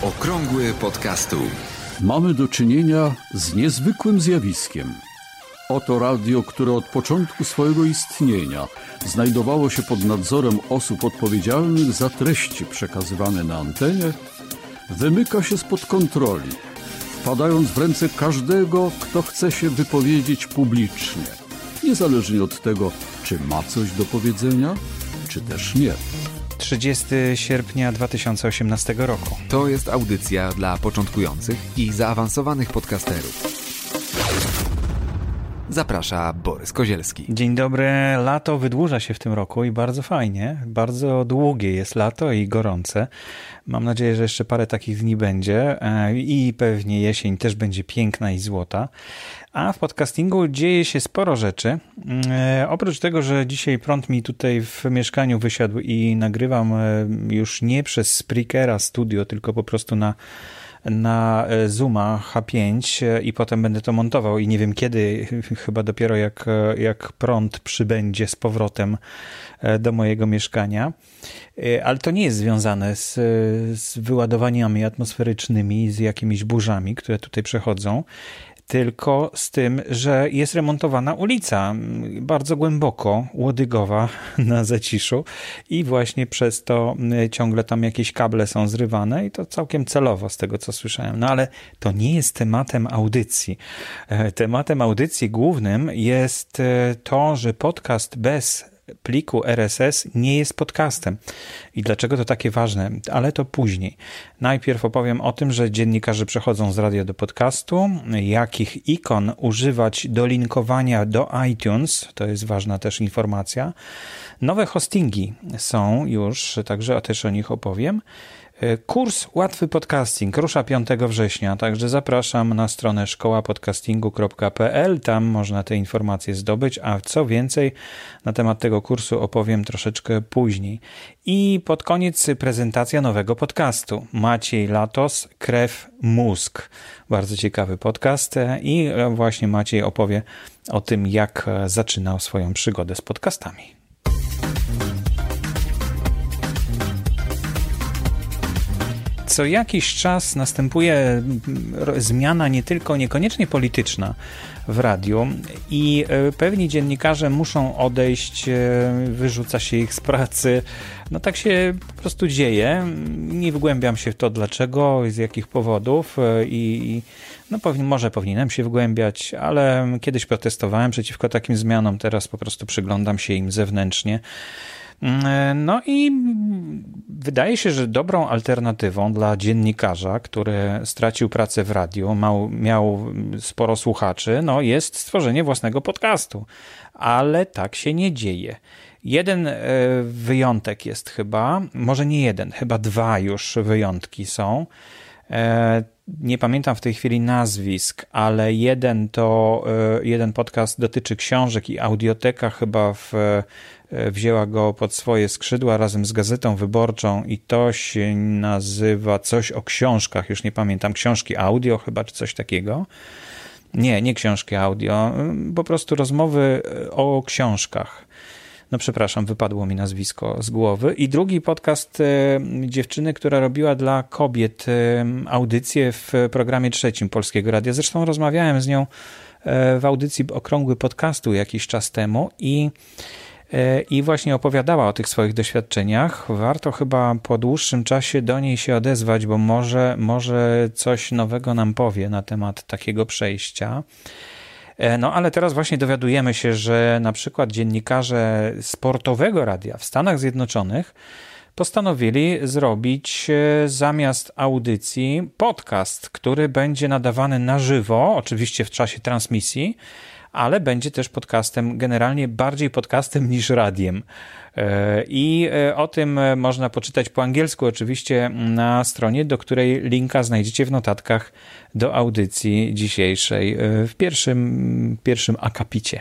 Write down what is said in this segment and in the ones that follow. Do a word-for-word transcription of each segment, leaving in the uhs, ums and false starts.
Okrągły podcastu. Mamy do czynienia z niezwykłym zjawiskiem. Oto radio, które od początku swojego istnienia znajdowało się pod nadzorem osób odpowiedzialnych za treści przekazywane na antenie, wymyka się spod kontroli, wpadając w ręce każdego, kto chce się wypowiedzieć publicznie, niezależnie od tego, czy ma coś do powiedzenia, czy też nie. trzydziestego sierpnia dwa tysiące osiemnastego roku. To jest audycja dla początkujących i zaawansowanych podcasterów. Zaprasza Borys Kozielski. Dzień dobry. Lato wydłuża się w tym roku i bardzo fajnie. Bardzo długie jest lato i gorące. Mam nadzieję, że jeszcze parę takich dni będzie i pewnie jesień też będzie piękna i złota. A w podcastingu dzieje się sporo rzeczy. E, oprócz tego, że dzisiaj prąd mi tutaj w mieszkaniu wysiadł i nagrywam już nie przez Spreakera Studio, tylko po prostu na na Zooma H pięć i potem będę to montował i nie wiem kiedy, chyba dopiero jak, jak prąd przybędzie z powrotem do mojego mieszkania. Ale to nie jest związane z, z wyładowaniami atmosferycznymi, z jakimiś burzami, które tutaj przechodzą, tylko z tym, że jest remontowana ulica bardzo głęboko, łodygowa na Zaciszu i właśnie przez to ciągle tam jakieś kable są zrywane i to całkiem celowo z tego, co słyszałem. No ale to nie jest tematem audycji. Tematem audycji głównym jest to, że podcast bez pliku R S S nie jest podcastem. I dlaczego to takie ważne? Ale to później. Najpierw opowiem o tym, że dziennikarze przechodzą z radia do podcastu, jakich ikon używać do linkowania do iTunes, to jest ważna też informacja. Nowe hostingi są już, także też o nich opowiem. Kurs Łatwy Podcasting rusza piątego września, także zapraszam na stronę szkoła podcastingu kropka p l, tam można te informacje zdobyć, a co więcej na temat tego kursu opowiem troszeczkę później. I pod koniec prezentacja nowego podcastu. Maciej Latos, Krew, Mózg. Bardzo ciekawy podcast i właśnie Maciej opowie o tym, jak zaczynał swoją przygodę z podcastami. Co jakiś czas następuje zmiana nie tylko, niekoniecznie polityczna w radiu i pewni dziennikarze muszą odejść, wyrzuca się ich z pracy. No tak się po prostu dzieje. Nie wgłębiam się w to dlaczego, z jakich powodów i no może powinienem się wgłębiać, ale kiedyś protestowałem przeciwko takim zmianom, teraz po prostu przyglądam się im zewnętrznie. No i wydaje się, że dobrą alternatywą dla dziennikarza, który stracił pracę w radiu, miał, miał sporo słuchaczy, no jest stworzenie własnego podcastu. Ale tak się nie dzieje. Jeden wyjątek jest chyba, może nie jeden, chyba dwa już wyjątki są. Nie pamiętam w tej chwili nazwisk, ale jeden to jeden podcast dotyczy książek i Audioteka chyba w, wzięła go pod swoje skrzydła razem z Gazetą Wyborczą i to się nazywa coś o książkach, już nie pamiętam, książki audio chyba czy coś takiego. Nie, nie książki audio, po prostu rozmowy o książkach. No przepraszam, wypadło mi nazwisko z głowy. I drugi podcast e, dziewczyny, która robiła dla kobiet e, audycję w programie trzecim Polskiego Radia. Zresztą rozmawiałem z nią e, w audycji Okrągły Podcastu jakiś czas temu i, e, i właśnie opowiadała o tych swoich doświadczeniach. Warto chyba po dłuższym czasie do niej się odezwać, bo może, może coś nowego nam powie na temat takiego przejścia. No ale teraz właśnie dowiadujemy się, że na przykład dziennikarze sportowego radia w Stanach Zjednoczonych postanowili zrobić zamiast audycji podcast, który będzie nadawany na żywo, oczywiście w czasie transmisji, ale będzie też podcastem, generalnie bardziej podcastem niż radiem. I o tym można poczytać po angielsku oczywiście na stronie, do której linka znajdziecie w notatkach do audycji dzisiejszej w pierwszym, pierwszym akapicie.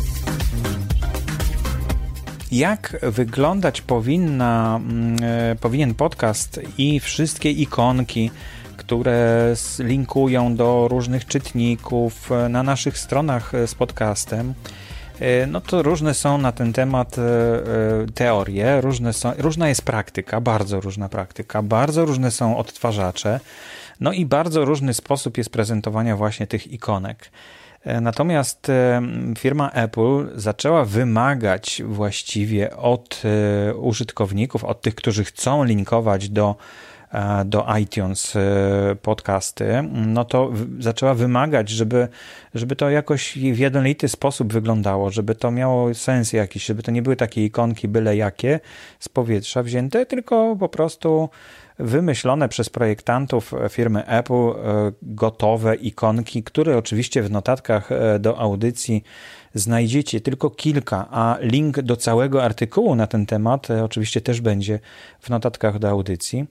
Jak wyglądać powinna, powinien podcast i wszystkie ikonki, które linkują do różnych czytników na naszych stronach z podcastem. no to różne są na ten temat teorie, różne są, różna jest praktyka, bardzo różna praktyka, bardzo różne są odtwarzacze, no i bardzo różny sposób jest prezentowania właśnie tych ikonek. Natomiast firma Apple zaczęła wymagać właściwie od użytkowników, od tych, którzy chcą linkować do do iTunes podcasty, no to zaczęła wymagać, żeby, żeby to jakoś w jednolity sposób wyglądało, żeby to miało sens jakiś, żeby to nie były takie ikonki byle jakie z powietrza wzięte, tylko po prostu wymyślone przez projektantów firmy Apple gotowe ikonki, które oczywiście w notatkach do audycji znajdziecie tylko kilka, a link do całego artykułu na ten temat oczywiście też będzie w notatkach do audycji.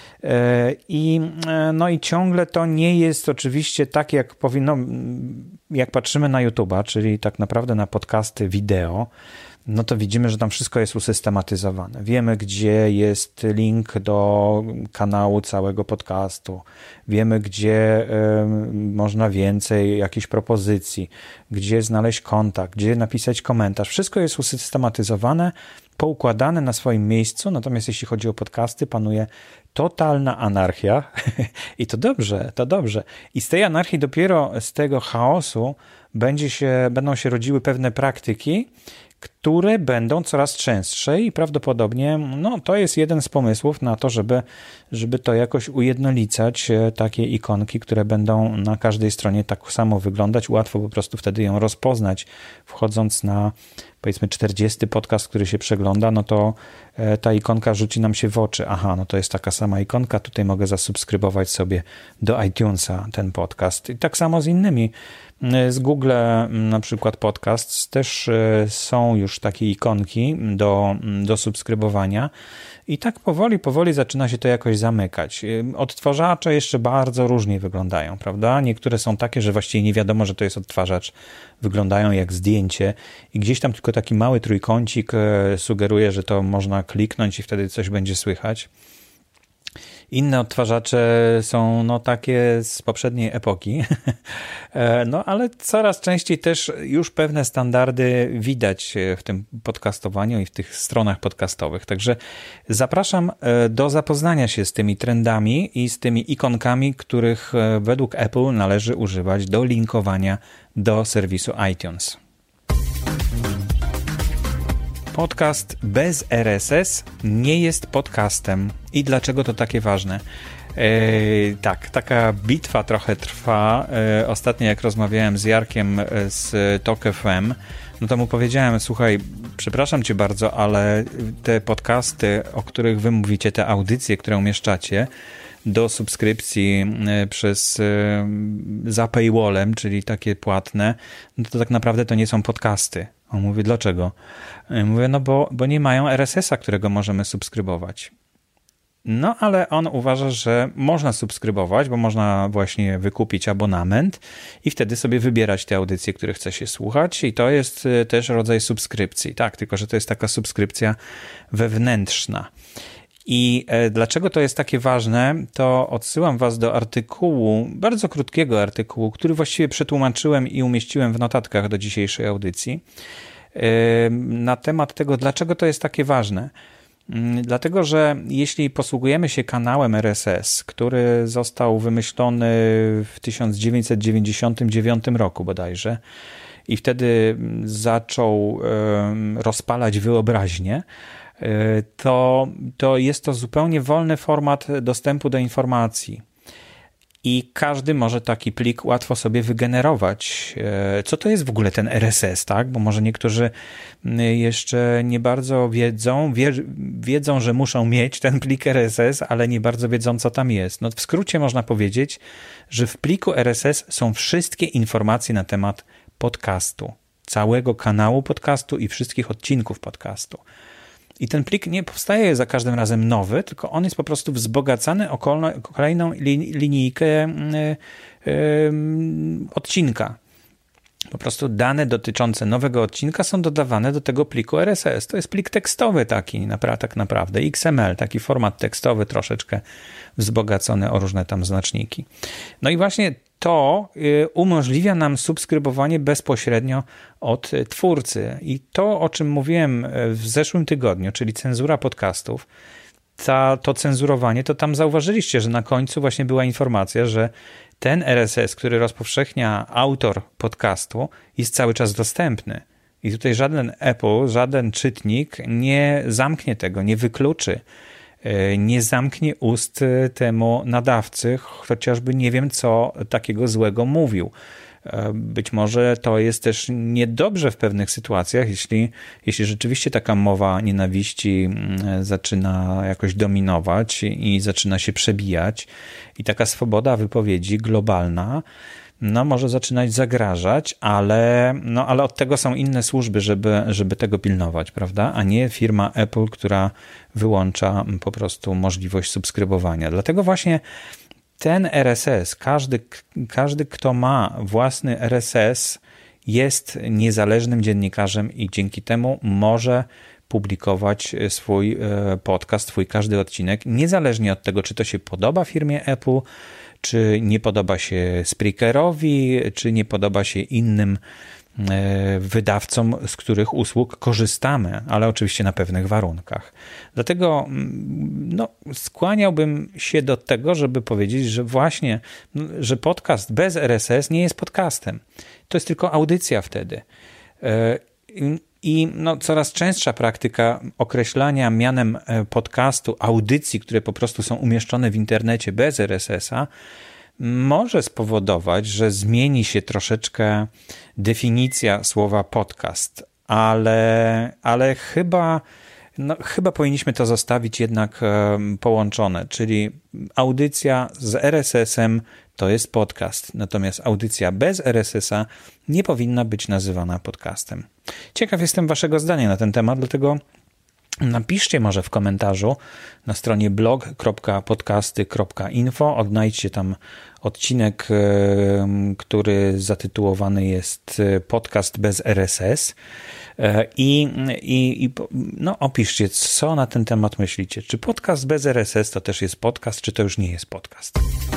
I, no i ciągle to nie jest oczywiście tak, jak powinno, jak patrzymy na YouTube'a, czyli tak naprawdę na podcasty wideo, no to widzimy, że tam wszystko jest usystematyzowane. Wiemy, gdzie jest link do kanału całego podcastu. Wiemy, gdzie y, można więcej jakichś propozycji, gdzie znaleźć kontakt, gdzie napisać komentarz. Wszystko jest usystematyzowane, poukładane na swoim miejscu, natomiast jeśli chodzi o podcasty, panuje totalna anarchia i to dobrze, to dobrze. I z tej anarchii dopiero z tego chaosu będzie się, będą się rodziły pewne praktyki, które będą coraz częstsze i prawdopodobnie no, to jest jeden z pomysłów na to, żeby, żeby to jakoś ujednolicać, takie ikonki, które będą na każdej stronie tak samo wyglądać. Łatwo po prostu wtedy ją rozpoznać, wchodząc na powiedzmy czterdziesty podcast, który się przegląda, no to ta ikonka rzuci nam się w oczy. Aha, no to jest taka sama ikonka, tutaj mogę zasubskrybować sobie do iTunesa ten podcast. I tak samo z innymi. Z Google na przykład podcast też są już takie ikonki do, do subskrybowania i tak powoli, powoli zaczyna się to jakoś zamykać. Odtwarzacze jeszcze bardzo różnie wyglądają, prawda? Niektóre są takie, że właściwie nie wiadomo, że to jest odtwarzacz. Wyglądają jak zdjęcie i gdzieś tam tylko taki mały trójkącik sugeruje, że to można kliknąć i wtedy coś będzie słychać. Inne odtwarzacze są no takie z poprzedniej epoki, no ale coraz częściej też już pewne standardy widać w tym podcastowaniu i w tych stronach podcastowych. Także zapraszam do zapoznania się z tymi trendami i z tymi ikonkami, których według Apple należy używać do linkowania do serwisu iTunes. Podcast bez R S S nie jest podcastem. I dlaczego to takie ważne? Yy, tak, taka bitwa trochę trwa. Yy, ostatnio jak rozmawiałem z Jarkiem z Tok F M, no to mu powiedziałem, słuchaj, przepraszam cię bardzo, ale te podcasty, o których wy mówicie, te audycje, które umieszczacie do subskrypcji przez za paywallem, czyli takie płatne, no to tak naprawdę to nie są podcasty. On mówi, dlaczego? Mówię, no bo, bo nie mają R S S a, którego możemy subskrybować. No, ale on uważa, że można subskrybować, bo można właśnie wykupić abonament i wtedy sobie wybierać te audycje, które chce się słuchać i to jest też rodzaj subskrypcji. Tak, tylko że to jest taka subskrypcja wewnętrzna. I dlaczego to jest takie ważne, to odsyłam was do artykułu, bardzo krótkiego artykułu, który właściwie przetłumaczyłem i umieściłem w notatkach do dzisiejszej audycji, na temat tego, dlaczego to jest takie ważne. Dlatego, że jeśli posługujemy się kanałem R S S, który został wymyślony w tysiąc dziewięćset dziewięćdziesiątym dziewiątym roku bodajże i wtedy zaczął rozpalać wyobraźnię, to, to jest to zupełnie wolny format dostępu do informacji. I każdy może taki plik łatwo sobie wygenerować. Co to jest w ogóle ten R S S, tak? Bo może niektórzy jeszcze nie bardzo wiedzą, wie, wiedzą, że muszą mieć ten plik R S S, ale nie bardzo wiedzą, co tam jest. No w skrócie można powiedzieć, że w pliku R S S są wszystkie informacje na temat podcastu, całego kanału podcastu i wszystkich odcinków podcastu. I ten plik nie powstaje za każdym razem nowy, tylko on jest po prostu wzbogacany o kolejną linijkę yy, yy, odcinka. Po prostu dane dotyczące nowego odcinka są dodawane do tego pliku R S S. To jest plik tekstowy taki, tak naprawdę, X M L, taki format tekstowy troszeczkę wzbogacony o różne tam znaczniki. No i właśnie to umożliwia nam subskrybowanie bezpośrednio od twórcy. I to, o czym mówiłem w zeszłym tygodniu, czyli cenzura podcastów, ta, to cenzurowanie, to tam zauważyliście, że na końcu właśnie była informacja, że ten R S S, który rozpowszechnia autor podcastu, jest cały czas dostępny. I tutaj żaden Apple, żaden czytnik nie zamknie tego, nie wykluczy, nie zamknie ust temu nadawcy, chociażby nie wiem, co takiego złego mówił. Być może to jest też niedobrze w pewnych sytuacjach, jeśli, jeśli rzeczywiście taka mowa nienawiści zaczyna jakoś dominować i zaczyna się przebijać i taka swoboda wypowiedzi globalna no może zaczynać zagrażać, ale, no, ale od tego są inne służby, żeby, żeby tego pilnować, prawda? A nie firma Apple, która wyłącza po prostu możliwość subskrybowania. Dlatego właśnie ten R S S, każdy, każdy kto ma własny R S S, jest niezależnym dziennikarzem i dzięki temu może publikować swój podcast, swój każdy odcinek, niezależnie od tego, czy to się podoba firmie Apple, czy nie podoba się Spreakerowi, czy nie podoba się innym wydawcom, z których usług korzystamy, ale oczywiście na pewnych warunkach. Dlatego no, skłaniałbym się do tego, żeby powiedzieć, że właśnie, że podcast bez R S S nie jest podcastem. To jest tylko audycja wtedy. I no, coraz częstsza praktyka określania mianem podcastu audycji, które po prostu są umieszczone w internecie bez R S S-a, może spowodować, że zmieni się troszeczkę definicja słowa podcast, ale, ale chyba, no, chyba powinniśmy to zostawić jednak połączone, czyli audycja z R S S-em to jest podcast, natomiast audycja bez R S S-a nie powinna być nazywana podcastem. Ciekaw jestem waszego zdania na ten temat, dlatego napiszcie może w komentarzu na stronie blog kropka podcasty kropka info. Odnajdźcie tam odcinek, który zatytułowany jest Podcast bez R S S i, i, i no, opiszcie, co na ten temat myślicie. Czy podcast bez R S S to też jest podcast, czy to już nie jest podcast?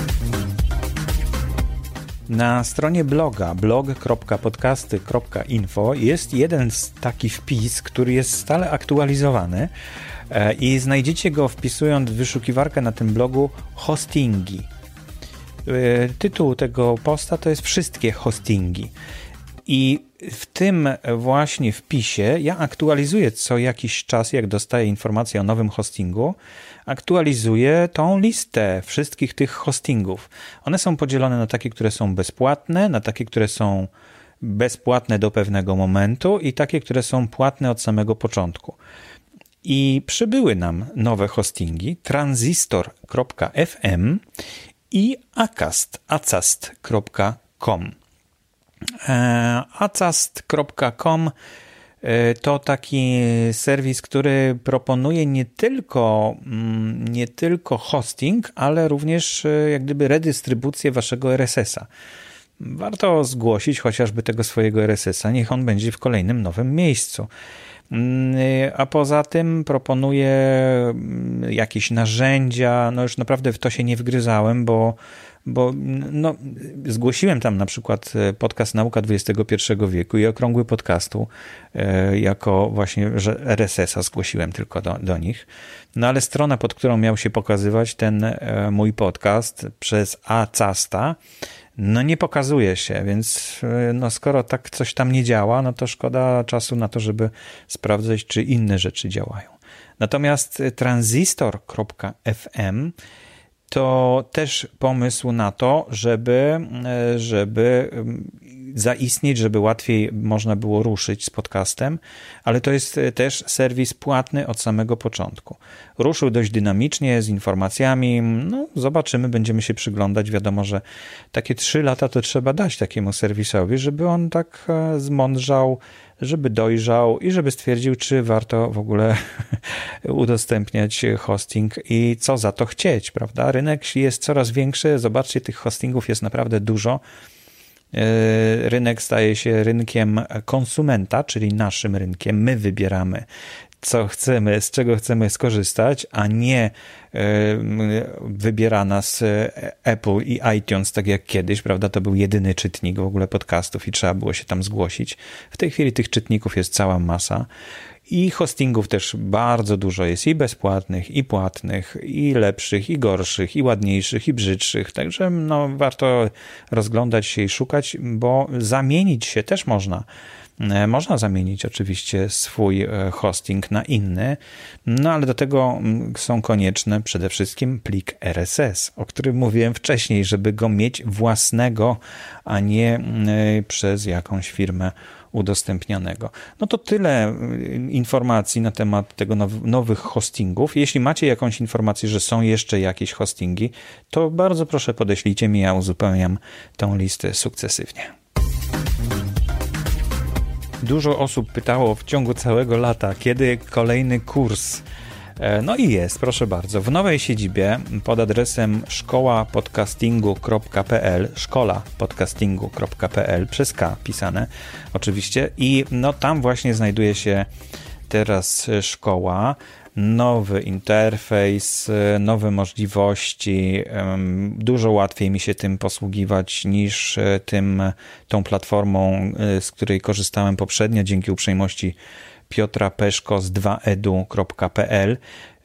Na stronie bloga blog kropka podcasty kropka info jest jeden taki wpis, który jest stale aktualizowany i znajdziecie go wpisując w wyszukiwarkę na tym blogu hostingi. Tytuł tego posta to jest wszystkie hostingi. I w tym właśnie wpisie ja aktualizuję co jakiś czas, jak dostaję informację o nowym hostingu, aktualizuję tą listę wszystkich tych hostingów. One są podzielone na takie, które są bezpłatne, na takie, które są bezpłatne do pewnego momentu i takie, które są płatne od samego początku. I przybyły nam nowe hostingi transistor kropka f m i acast, acast kropka com. acast kropka com to taki serwis, który proponuje nie tylko, nie tylko hosting, ale również jak gdyby redystrybucję waszego R S S-a. Warto zgłosić chociażby tego swojego R S S-a, niech on będzie w kolejnym nowym miejscu. A poza tym proponuje jakieś narzędzia, no już naprawdę w to się nie wgryzałem, bo bo no, zgłosiłem tam na przykład podcast Nauka dwudziestego pierwszego wieku i okrągły podcastu e, jako właśnie, że R S S-a zgłosiłem tylko do, do nich. No ale strona, pod którą miał się pokazywać ten e, mój podcast przez Acasta, no nie pokazuje się, więc e, no skoro tak coś tam nie działa, no to szkoda czasu na to, żeby sprawdzać, czy inne rzeczy działają. Natomiast transistor kropka f m to też pomysł na to, żeby, żeby zaistnieć, żeby łatwiej można było ruszyć z podcastem, ale to jest też serwis płatny od samego początku. Ruszył dość dynamicznie, z informacjami, no zobaczymy, będziemy się przyglądać. Wiadomo, że takie trzy lata to trzeba dać takiemu serwisowi, żeby on tak zmądrzał, żeby dojrzał i żeby stwierdził, czy warto w ogóle udostępniać hosting i co za to chcieć, prawda? Rynek jest coraz większy, zobaczcie, tych hostingów jest naprawdę dużo. Rynek staje się rynkiem konsumenta, czyli naszym rynkiem. My wybieramy co chcemy, z czego chcemy skorzystać, a nie wybiera nas Apple i iTunes, tak jak kiedyś, prawda? To był jedyny czytnik w ogóle podcastów i trzeba było się tam zgłosić. W tej chwili tych czytników jest cała masa. I hostingów też bardzo dużo jest, i bezpłatnych, i płatnych, i lepszych, i gorszych, i ładniejszych, i brzydszych. Także no, warto rozglądać się i szukać, bo zamienić się też można. Można zamienić oczywiście swój hosting na inny, no ale do tego są konieczne przede wszystkim plik R S S, o którym mówiłem wcześniej, żeby go mieć własnego, a nie przez jakąś firmę udostępnianego. No to tyle informacji na temat tego now- nowych hostingów. Jeśli macie jakąś informację, że są jeszcze jakieś hostingi, to bardzo proszę podeślijcie mi, ja uzupełniam tą listę sukcesywnie. Dużo osób pytało w ciągu całego lata, kiedy kolejny kurs. No i jest, proszę bardzo. W nowej siedzibie pod adresem szkoła podcastingu kropka p l, szkoła podcastingu kropka p l, przez K pisane oczywiście, i no tam właśnie znajduje się teraz szkoła, nowy interfejs, nowe możliwości, dużo łatwiej mi się tym posługiwać niż tym, tą platformą, z której korzystałem poprzednio, dzięki uprzejmości Piotra Peszko z dwa edu kropka p l,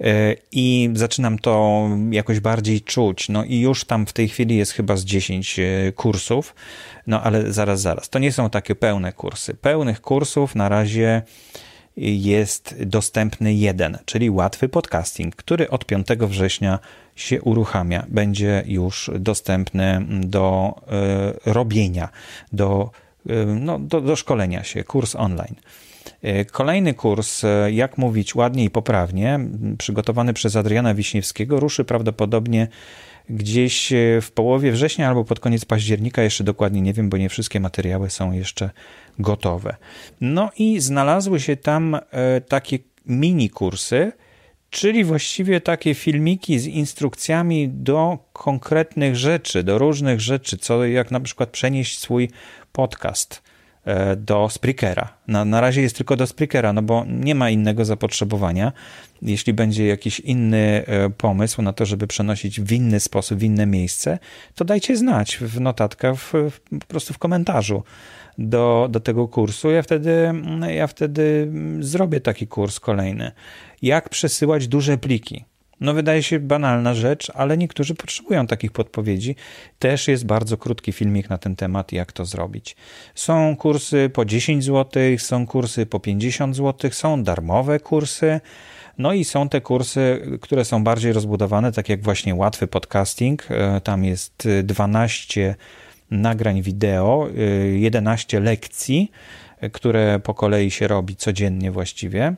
i zaczynam to jakoś bardziej czuć. No i już tam w tej chwili jest chyba z dziesięć kursów, no ale zaraz, zaraz. To nie są takie pełne kursy. Pełnych kursów na razie jest dostępny jeden, czyli łatwy podcasting, który od piątego września się uruchamia. Będzie już dostępny do y, robienia, do, y, no, do, do szkolenia się, kurs online. Kolejny kurs, jak mówić ładnie i poprawnie, przygotowany przez Adriana Wiśniewskiego, ruszy prawdopodobnie gdzieś w połowie września albo pod koniec października, jeszcze dokładnie nie wiem, bo nie wszystkie materiały są jeszcze gotowe. No i znalazły się tam takie mini kursy, czyli właściwie takie filmiki z instrukcjami do konkretnych rzeczy, do różnych rzeczy, co jak na przykład przenieść swój podcast do Spreakera. Na, na razie jest tylko do Spreakera, no bo nie ma innego zapotrzebowania. Jeśli będzie jakiś inny pomysł na to, żeby przenosić w inny sposób, w inne miejsce, to dajcie znać w notatkach, w, w, po prostu w komentarzu do, do tego kursu. Ja wtedy, ja wtedy zrobię taki kurs kolejny. Jak przesyłać duże pliki? No wydaje się banalna rzecz, ale niektórzy potrzebują takich podpowiedzi. Też jest bardzo krótki filmik na ten temat, jak to zrobić. Są kursy po dziesięć złotych, są kursy po pięćdziesiąt złotych, są darmowe kursy, no i są te kursy, które są bardziej rozbudowane, tak jak właśnie łatwy podcasting. Tam jest dwanaście nagrań wideo, jedenaście lekcji, które po kolei się robi codziennie właściwie.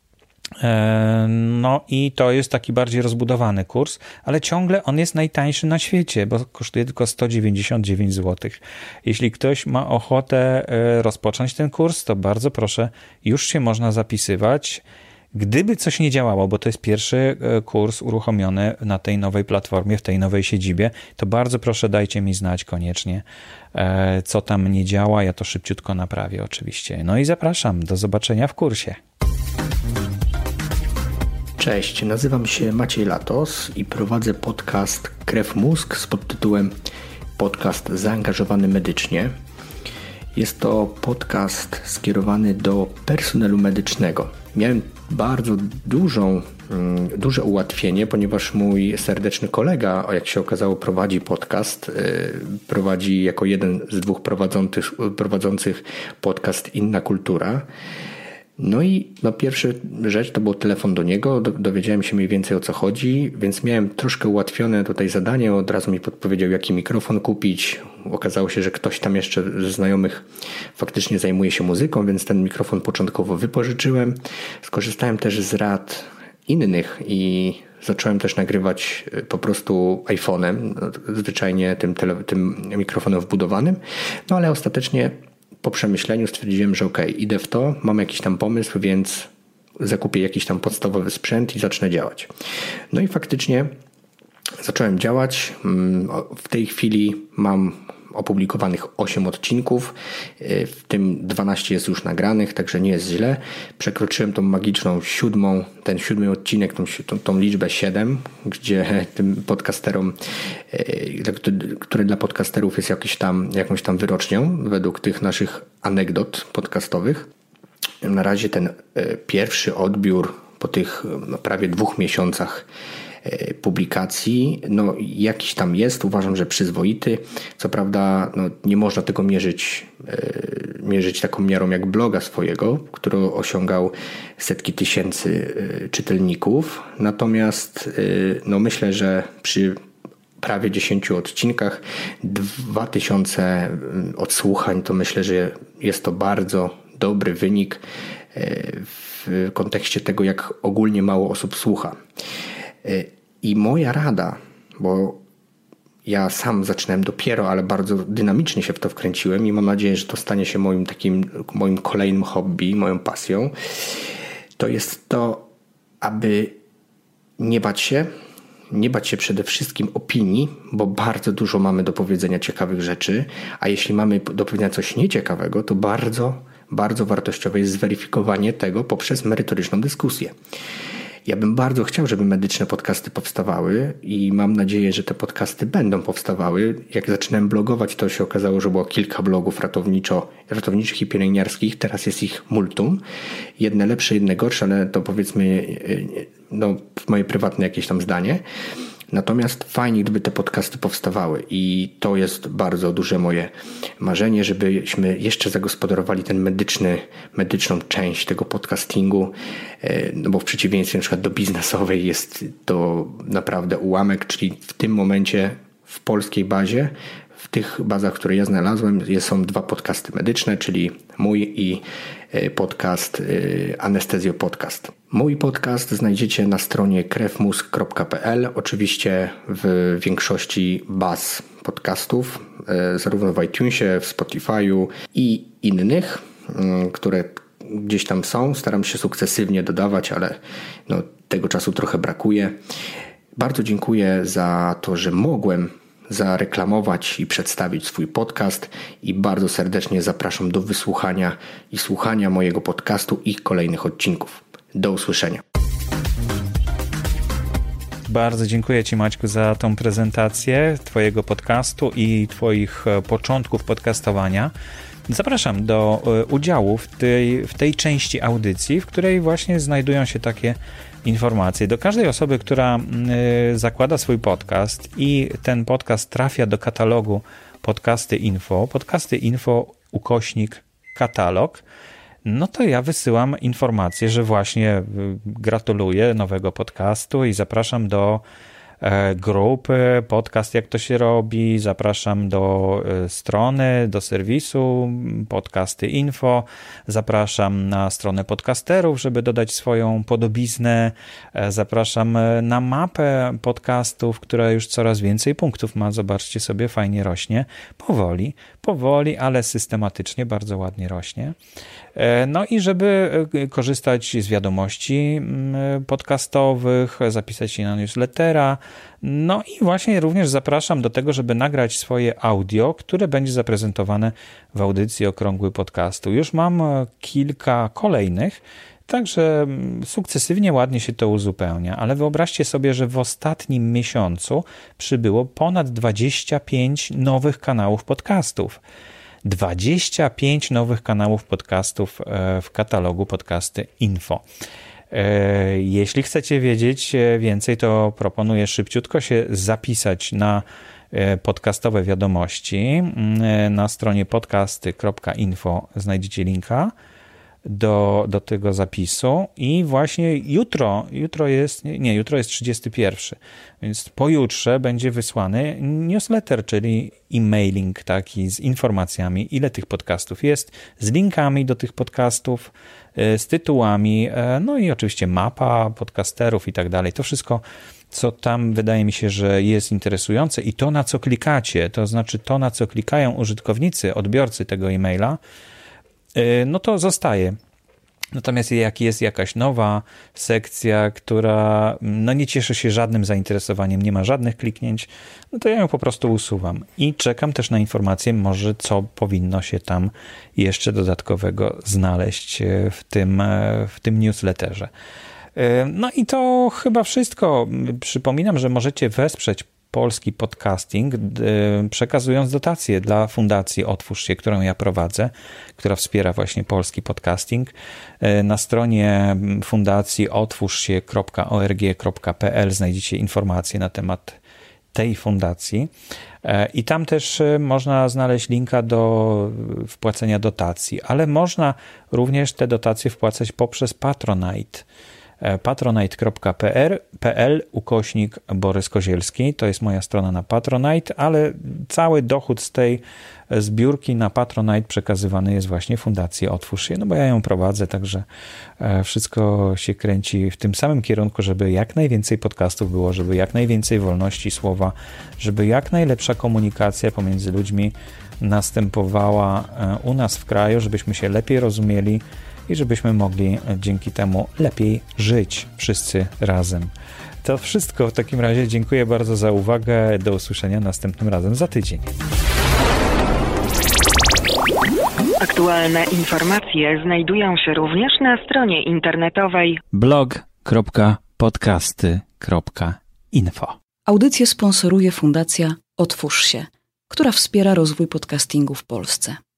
No i to jest taki bardziej rozbudowany kurs, ale ciągle on jest najtańszy na świecie, bo kosztuje tylko sto dziewięćdziesiąt dziewięć złotych. Jeśli ktoś ma ochotę rozpocząć ten kurs, to bardzo proszę, już się można zapisywać. Gdyby coś nie działało, bo to jest pierwszy kurs uruchomiony na tej nowej platformie, w tej nowej siedzibie, to bardzo proszę, dajcie mi znać koniecznie, co tam nie działa. Ja to szybciutko naprawię oczywiście. No i zapraszam, do zobaczenia w kursie. Cześć, nazywam się Maciej Latos i prowadzę podcast Krew Mózg z podtytułem Podcast zaangażowany medycznie. Jest to podcast skierowany do personelu medycznego. Miałem bardzo dużą, duże ułatwienie, ponieważ mój serdeczny kolega, jak się okazało, prowadzi podcast. Prowadzi jako jeden z dwóch prowadzących, prowadzących podcast Inna Kultura. No i no, pierwsza rzecz to był telefon do niego, dowiedziałem się mniej więcej o co chodzi, więc miałem troszkę ułatwione tutaj zadanie, od razu mi podpowiedział jaki mikrofon kupić. Okazało się, że ktoś tam jeszcze ze znajomych faktycznie zajmuje się muzyką, więc ten mikrofon początkowo wypożyczyłem. Skorzystałem też z rad innych i zacząłem też nagrywać po prostu iPhone'em, zwyczajnie tym, tele, tym mikrofonem wbudowanym, no ale ostatecznie po przemyśleniu stwierdziłem, że okej, okay, idę w to, mam jakiś tam pomysł, więc zakupię jakiś tam podstawowy sprzęt i zacznę działać. No i faktycznie zacząłem działać. W tej chwili mam opublikowanych osiem odcinków, w tym dwanaście jest już nagranych, także nie jest źle. Przekroczyłem tą magiczną siódmą, ten siódmy odcinek, tą, tą, tą liczbę siedem, gdzie tym podcasterom, które dla podcasterów jest jakiś tam, jakąś tam wyrocznią według tych naszych anegdot podcastowych. Na razie ten pierwszy odbiór po tych no, prawie dwóch miesiącach publikacji, no jakiś tam jest, uważam, że przyzwoity. Co prawda no, nie można tego mierzyć, e, mierzyć taką miarą jak bloga swojego, który osiągał setki tysięcy e, czytelników. Natomiast e, no, myślę, że przy prawie dziesięciu odcinkach dwa tysiące odsłuchań, to myślę, że jest to bardzo dobry wynik e, w kontekście tego, jak ogólnie mało osób słucha. I moja rada, bo ja sam zaczynałem dopiero, ale bardzo dynamicznie się w to wkręciłem i mam nadzieję, że to stanie się moim takim, moim kolejnym hobby, moją pasją, to jest to, aby nie bać się, nie bać się przede wszystkim opinii, bo bardzo dużo mamy do powiedzenia ciekawych rzeczy, a jeśli mamy do powiedzenia coś nieciekawego, to bardzo, bardzo wartościowe jest zweryfikowanie tego poprzez merytoryczną dyskusję. Ja bym bardzo chciał, żeby medyczne podcasty powstawały i mam nadzieję, że te podcasty będą powstawały. Jak zaczynałem blogować, to się okazało, że było kilka blogów ratowniczo, ratowniczych i pielęgniarskich. Teraz jest ich multum. Jedne lepsze, jedne gorsze, ale to powiedzmy no, moje prywatne jakieś tam zdanie. Natomiast fajnie, gdyby te podcasty powstawały i to jest bardzo duże moje marzenie, żebyśmy jeszcze zagospodarowali ten medyczny, medyczną część tego podcastingu, no bo w przeciwieństwie na przykład do biznesowej jest to naprawdę ułamek, czyli w tym momencie w polskiej bazie, w tych bazach, które ja znalazłem, są dwa podcasty medyczne, czyli mój i podcast Anestezjo Podcast. Mój podcast znajdziecie na stronie krew mózg kropka p l, oczywiście w większości baz podcastów, zarówno w iTunesie, w Spotify'u i innych, które gdzieś tam są. Staram się sukcesywnie dodawać, ale no, tego czasu trochę brakuje. Bardzo dziękuję za to, że mogłem zareklamować i przedstawić swój podcast i bardzo serdecznie zapraszam do wysłuchania i słuchania mojego podcastu i kolejnych odcinków. Do usłyszenia. Bardzo dziękuję Ci, Maćku, za tą prezentację Twojego podcastu i Twoich początków podcastowania. Zapraszam do udziału w tej, w tej części audycji, w której właśnie znajdują się takie informacje. Do każdej osoby, która y, zakłada swój podcast i ten podcast trafia do katalogu Podcasty Info, Podcasty Info ukośnik katalog, no to ja wysyłam informację, że właśnie y, gratuluję nowego podcastu i zapraszam do grupy, podcast jak to się robi, zapraszam do strony, do serwisu Podcasty Info, zapraszam na stronę podcasterów, żeby dodać swoją podobiznę, zapraszam na mapę podcastów, która już coraz więcej punktów ma, zobaczcie sobie, fajnie rośnie, powoli, powoli, ale systematycznie, bardzo ładnie rośnie. No i żeby korzystać z wiadomości podcastowych, zapisać się na newslettera, no i właśnie również zapraszam do tego, żeby nagrać swoje audio, które będzie zaprezentowane w audycji Okrągły Podcastu. Już mam kilka kolejnych, także sukcesywnie ładnie się to uzupełnia, ale wyobraźcie sobie, że w ostatnim miesiącu przybyło ponad dwadzieścia pięć nowych kanałów podcastów. dwadzieścia pięć nowych kanałów podcastów w katalogu Podcasty Info. Jeśli chcecie wiedzieć więcej, to proponuję szybciutko się zapisać na podcastowe wiadomości. Na stronie podcasty kropka info znajdziecie linka do, do tego zapisu i właśnie jutro, jutro jest, nie, jutro jest trzydziesty pierwszy, więc pojutrze będzie wysłany newsletter, czyli e-mailing taki z informacjami, ile tych podcastów jest, z linkami do tych podcastów, z tytułami, no i oczywiście mapa podcasterów i tak dalej. To wszystko, co tam wydaje mi się, że jest interesujące i to, na co klikacie, to znaczy to, na co klikają użytkownicy, odbiorcy tego e-maila, no to zostaje Natomiast jak jest jakaś nowa sekcja, która no nie cieszy się żadnym zainteresowaniem, nie ma żadnych kliknięć, no to ja ją po prostu usuwam. I czekam też na informacje, może co powinno się tam jeszcze dodatkowego znaleźć w tym, w tym newsletterze. No i to chyba wszystko. Przypominam, że możecie wesprzeć polski podcasting, przekazując dotacje dla Fundacji Otwórz się, którą ja prowadzę, która wspiera właśnie polski podcasting. Na stronie fundacji otwórz się kropka org kropka pl znajdziecie informacje na temat tej fundacji i tam też można znaleźć linka do wpłacenia dotacji, ale można również te dotacje wpłacać poprzez Patronite. patronite kropka pl ukośnik Borys Kozielski. To jest moja strona na Patronite, ale cały dochód z tej zbiórki na Patronite przekazywany jest właśnie Fundacji Otwórz się, no bo ja ją prowadzę, także wszystko się kręci w tym samym kierunku, żeby jak najwięcej podcastów było, żeby jak najwięcej wolności słowa, żeby jak najlepsza komunikacja pomiędzy ludźmi następowała u nas w kraju, żebyśmy się lepiej rozumieli i żebyśmy mogli dzięki temu lepiej żyć wszyscy razem. To wszystko w takim razie. Dziękuję bardzo za uwagę. Do usłyszenia następnym razem za tydzień. Aktualne informacje znajdują się również na stronie internetowej blog kropka podcasty kropka info. Audycję sponsoruje Fundacja Otwórz się, która wspiera rozwój podcastingu w Polsce.